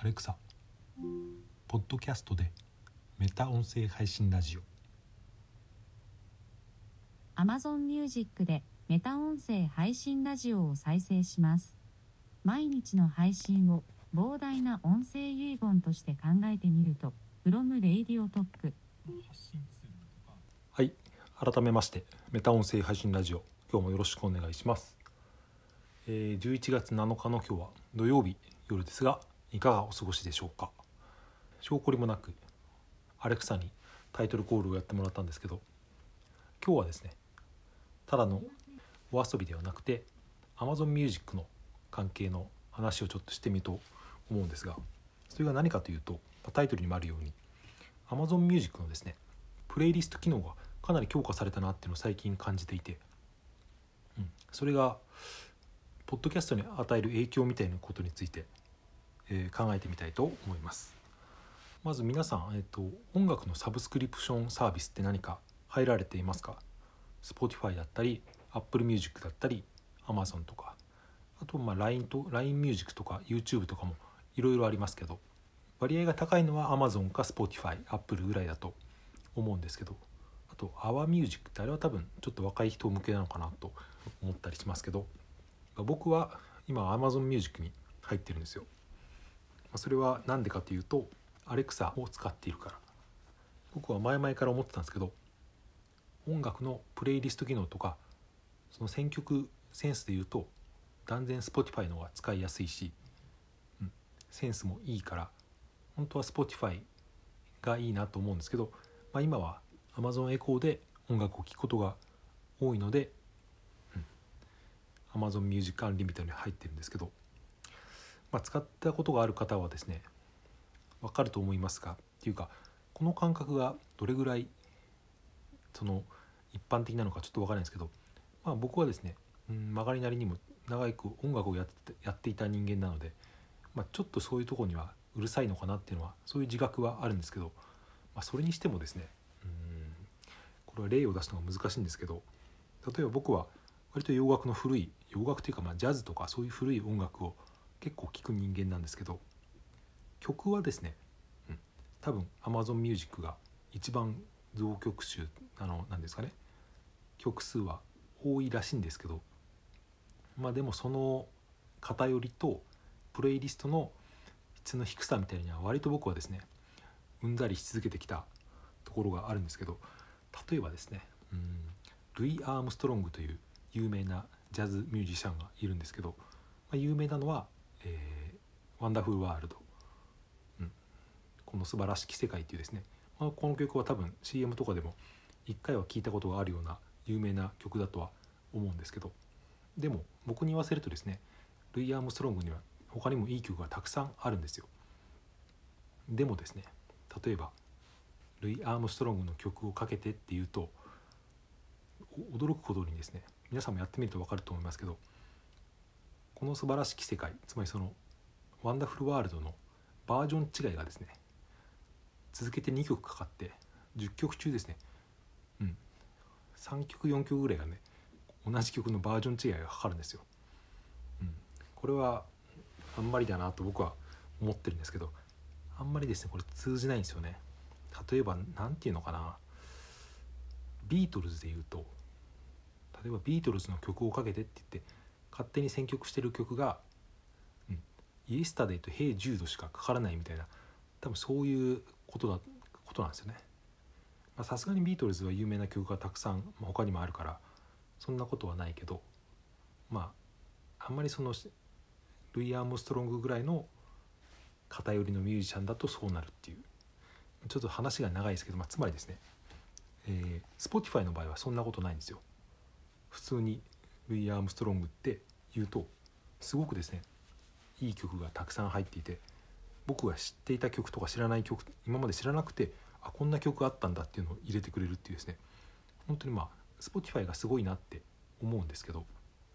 レクサ、ポッドキャストでメタ音声配信ラジオ。 Amazon Music でメタ音声配信ラジオを再生します。毎日の配信を膨大な音声遺言として考えてみると From Radio Talk。 はい、改めましてメタ音声配信ラジオ、今日もよろしくお願いします。11月7日の今日は土曜日夜ですが、いかがお過ごしでしょうか。証拠りもなくアレクサにタイトルコールをやってもらったんですけど、今日はですね、ただのお遊びではなくて Amazon Music の関係の話をちょっとしてみると思うんですが、それが何かというと、タイトルにもあるように Amazon Music のですね、プレイリスト機能がかなり強化されたなっていうのを最近感じていて、それがポッドキャストに与える影響みたいなことについて、考えてみたいと思います。まず皆さん、音楽のサブスクリプションサービスって何か入られていますか？ Spotify だったり Apple Music だったり Amazon とか、あとLINE Music とか YouTube とかもいろいろありますけど、割合が高いのは Amazon か Spotify、Apple ぐらいだと思うんですけど、あと Our Music ってあれは多分ちょっと若い人向けなのかなと思ったりしますけど、僕は今 Amazon Music に入ってるんですよ。それは何でかというと、アレクサを使っているから。僕は前々から思ってたんですけど、音楽のプレイリスト機能とかその選曲センスでいうと断然 Spotify の方が使いやすいし、センスもいいから本当は Spotify がいいなと思うんですけど、今は Amazon Echo で音楽を聴くことが多いので、Amazon Music Unlimited に入ってるんですけど、使ったことがある方はですね分かると思いますが、っていうかこの感覚がどれぐらいその一般的なのかちょっと分からないんですけど、僕はですね、曲がりなりにも長く音楽をやっていた人間なので、ちょっとそういうところにはうるさいのかなっていうのは、そういう自覚はあるんですけど、それにしてもですね、これは例を出すのが難しいんですけど、例えば僕は割と洋楽というかジャズとかそういう古い音楽を結構聴く人間なんですけど、曲はですね、多分 Amazon Music が一番増曲数なんですかね、曲数は多いらしいんですけど、でもその偏りとプレイリストの質の低さみたいには割と僕はですねうんざりし続けてきたところがあるんですけど、例えばですね、ルイ・アームストロングという有名なジャズミュージシャンがいるんですけど、有名なのは、ワンダフルワールド、この素晴らしき世界というですね、この曲は多分 CM とかでも一回は聞いたことがあるような有名な曲だとは思うんですけど、でも僕に言わせるとですね、ルイ・アームストロングには他にもいい曲がたくさんあるんですよ。でもですね、例えばルイ・アームストロングの曲をかけてっていうと、驚くことにですね、皆さんもやってみると分かると思いますけど、この素晴らしき世界、つまりそのワンダフルワールドのバージョン違いがですね、続けて2曲かかって10曲中ですね、3曲4曲ぐらいがね、同じ曲のバージョン違いがかかるんですよ。これはあんまりだなと僕は思ってるんですけど、あんまりですねこれ通じないんですよね。例えばなんていうのかな、ビートルズでいうと、例えばビートルズの曲をかけてって言って勝手に選曲してる曲が、イエスタデイとヘイジュードしかかからないみたいな、多分そういうことなんですよね。さすがにビートルズは有名な曲がたくさん、他にもあるからそんなことはないけど、あんまりそのルイ・アームストロングぐらいの偏りのミュージシャンだとそうなるっていう、ちょっと話が長いですけど、つまりですね、Spotify の場合はそんなことないんですよ。普通にルイ・アームストロングって言うとすごくですねいい曲がたくさん入っていて、僕が知っていた曲とか知らない曲、今まで知らなくてこんな曲あったんだっていうのを入れてくれるっていうですね、本当にSpotify がすごいなって思うんですけど、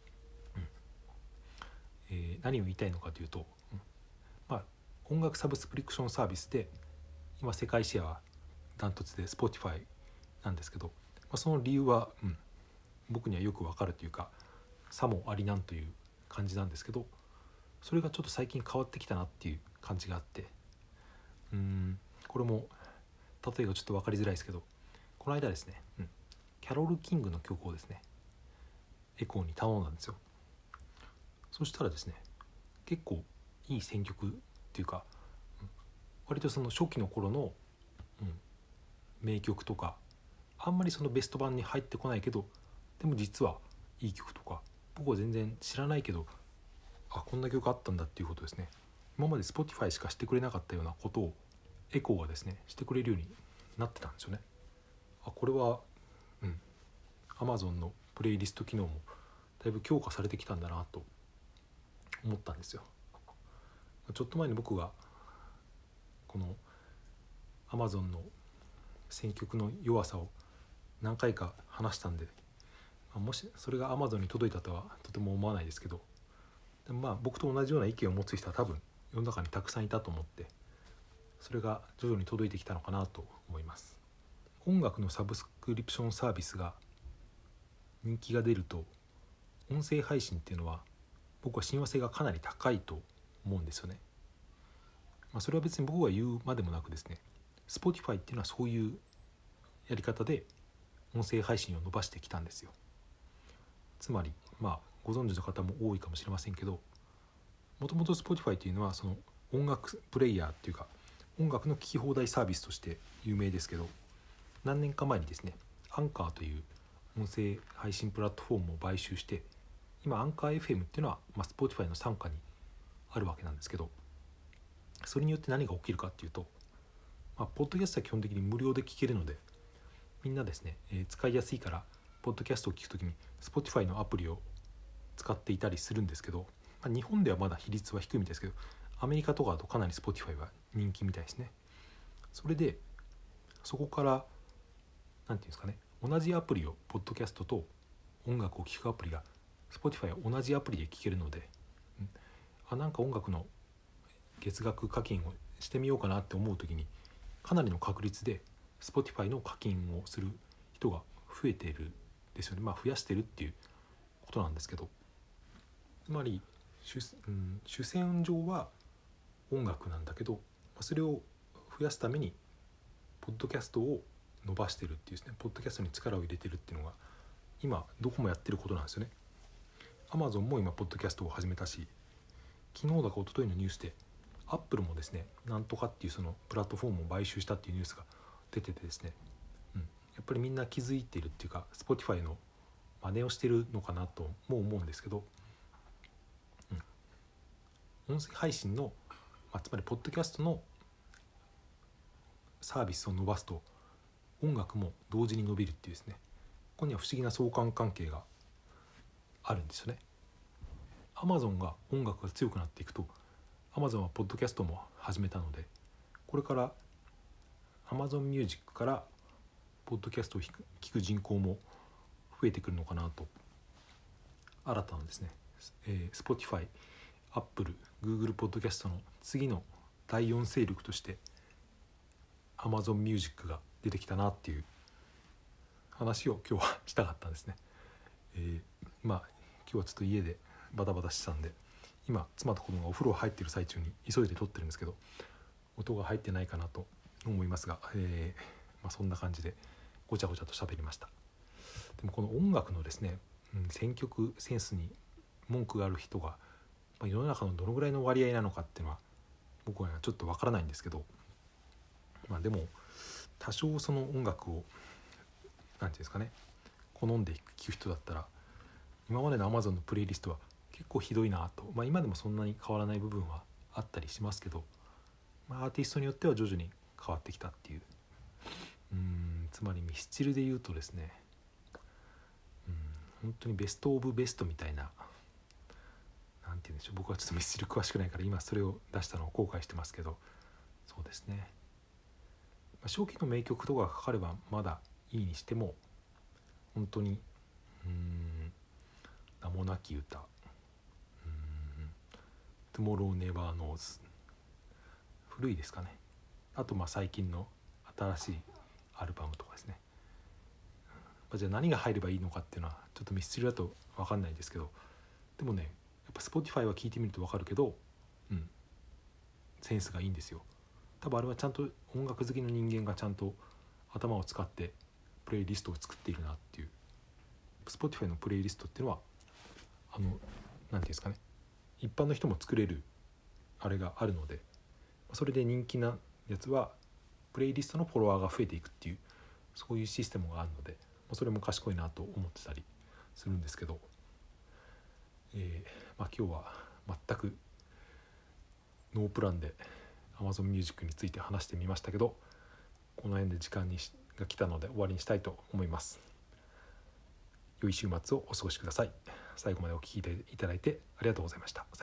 何を言いたいのかというと、音楽サブスクリプションサービスで今世界シェアはダントツで Spotify なんですけど、その理由は、僕にはよくわかるというか、さもありなんという感じなんですけど、それがちょっと最近変わってきたなっていう感じがあって、これも例えがちょっと分かりづらいですけど、この間ですね、キャロル・キングの曲をですねエコーに頼んだんですよ。そしたらですね結構いい選曲っていうか、割とその初期の頃の、名曲とか、あんまりそのベスト版に入ってこないけどでも実はいい曲とか、僕は全然知らないけどこんな曲あったんだっていうことですね。今まで Spotify しかしてくれなかったようなことをエコーがですねしてくれるようになってたんですよね。これはAmazon のプレイリスト機能もだいぶ強化されてきたんだなと思ったんですよ。ちょっと前に僕がこの Amazon の選曲の弱さを何回か話したんで、もしそれが Amazon に届いたとはとても思わないですけど、でも僕と同じような意見を持つ人は多分世の中にたくさんいたと思って、それが徐々に届いてきたのかなと思います。音楽のサブスクリプションサービスが人気が出ると、音声配信っていうのは僕は親和性がかなり高いと思うんですよね。それは別に僕が言うまでもなくですね、 Spotify っていうのはそういうやり方で音声配信を伸ばしてきたんですよ。つまりご存知の方も多いかもしれませんけど、もともと Spotify というのはその音楽プレイヤーっていうか音楽の聴き放題サービスとして有名ですけど、何年か前にですねアンカーという音声配信プラットフォームを買収して、今アンカー FM っていうのは、Spotify の傘下にあるわけなんですけど、それによって何が起きるかっていうと、ポッドキャストは基本的に無料で聞けるので、みんなですね、使いやすいからポッドキャストを聞くときに Spotify のアプリを使っていたりするんですけど、日本ではまだ比率は低いみたいですけど、アメリカとかだとかなり Spotify は人気みたいですね。それでそこからなんていうんですかね、同じアプリをポッドキャストと音楽を聴くアプリが Spotify は同じアプリで聴けるので、なんか音楽の月額課金をしてみようかなって思うときに、かなりの確率で Spotify の課金をする人が増えているんですよね。増やしてるっていうことなんですけど、つまり主戦場は音楽なんだけど、それを増やすためにポッドキャストを伸ばしてるっていうですね、ポッドキャストに力を入れてるっていうのが今どこもやってることなんですよね。 Amazon も今ポッドキャストを始めたし、昨日だか一昨日のニュースでアップルもですね、なんとかっていうそのプラットフォームを買収したっていうニュースが出ててですね、やっぱりみんな気づいているっていうか Spotify の真似をしてるのかなとも思うんですけど、音声配信の、つまりポッドキャストのサービスを伸ばすと音楽も同時に伸びるっていうですね、ここには不思議な相関関係があるんですよね。 Amazon が音楽が強くなっていくと、Amazon はポッドキャストも始めたので、これから Amazon Music からポッドキャストを聞く人口も増えてくるのかなと。新たなですね、Spotify、Apple、Google ポッドキャストの次の第4勢力として Amazon Music が出てきたなっていう話を今日はしたかったんですね。今日はちょっと家でバタバタしてたんで、今妻と子供がお風呂入ってる最中に急いで撮ってるんですけど、音が入ってないかなと思いますが、そんな感じでごちゃごちゃと喋りました。でもこの音楽のですね、選曲センスに文句がある人が、世の中のどのぐらいの割合なのかっていうのは僕はちょっとわからないんですけど、でも多少その音楽をなんていうんですかね、好んで聴く人だったら、今までの Amazon のプレイリストは結構ひどいなと、今でもそんなに変わらない部分はあったりしますけど、アーティストによっては徐々に変わってきたっていう、つまりミスチルで言うとですね、本当にベストオブベストみたいな、なんて言うんでしょう、僕はちょっとミスチル詳しくないから今それを出したのを後悔してますけど、そうですね、初期の名曲とかがかかればまだいいにしても、本当に名もなき歌、Tomorrow Never Knows、 古いですかね。あと最近の新しいアルバムとかですね。じゃあ何が入ればいいのかっていうのはちょっとミスチルだと分かんないですけど、でもね、やっぱ Spotify は聞いてみると分かるけど、 センスがいいんですよ。多分あれはちゃんと音楽好きの人間がちゃんと頭を使ってプレイリストを作っているなっていう。 Spotify のプレイリストっていうのはなんていうんですかね、一般の人も作れるあれがあるので、それで人気なやつはプレイリストのフォロワーが増えていくっていう、そういうシステムがあるので、それも賢いなと思ってたりするんですけど、今日は全くノープランで Amazon Music について話してみましたけど、この辺で時間が来たので終わりにしたいと思います。良い週末をお過ごしください。最後までお聞きいただいてありがとうございました。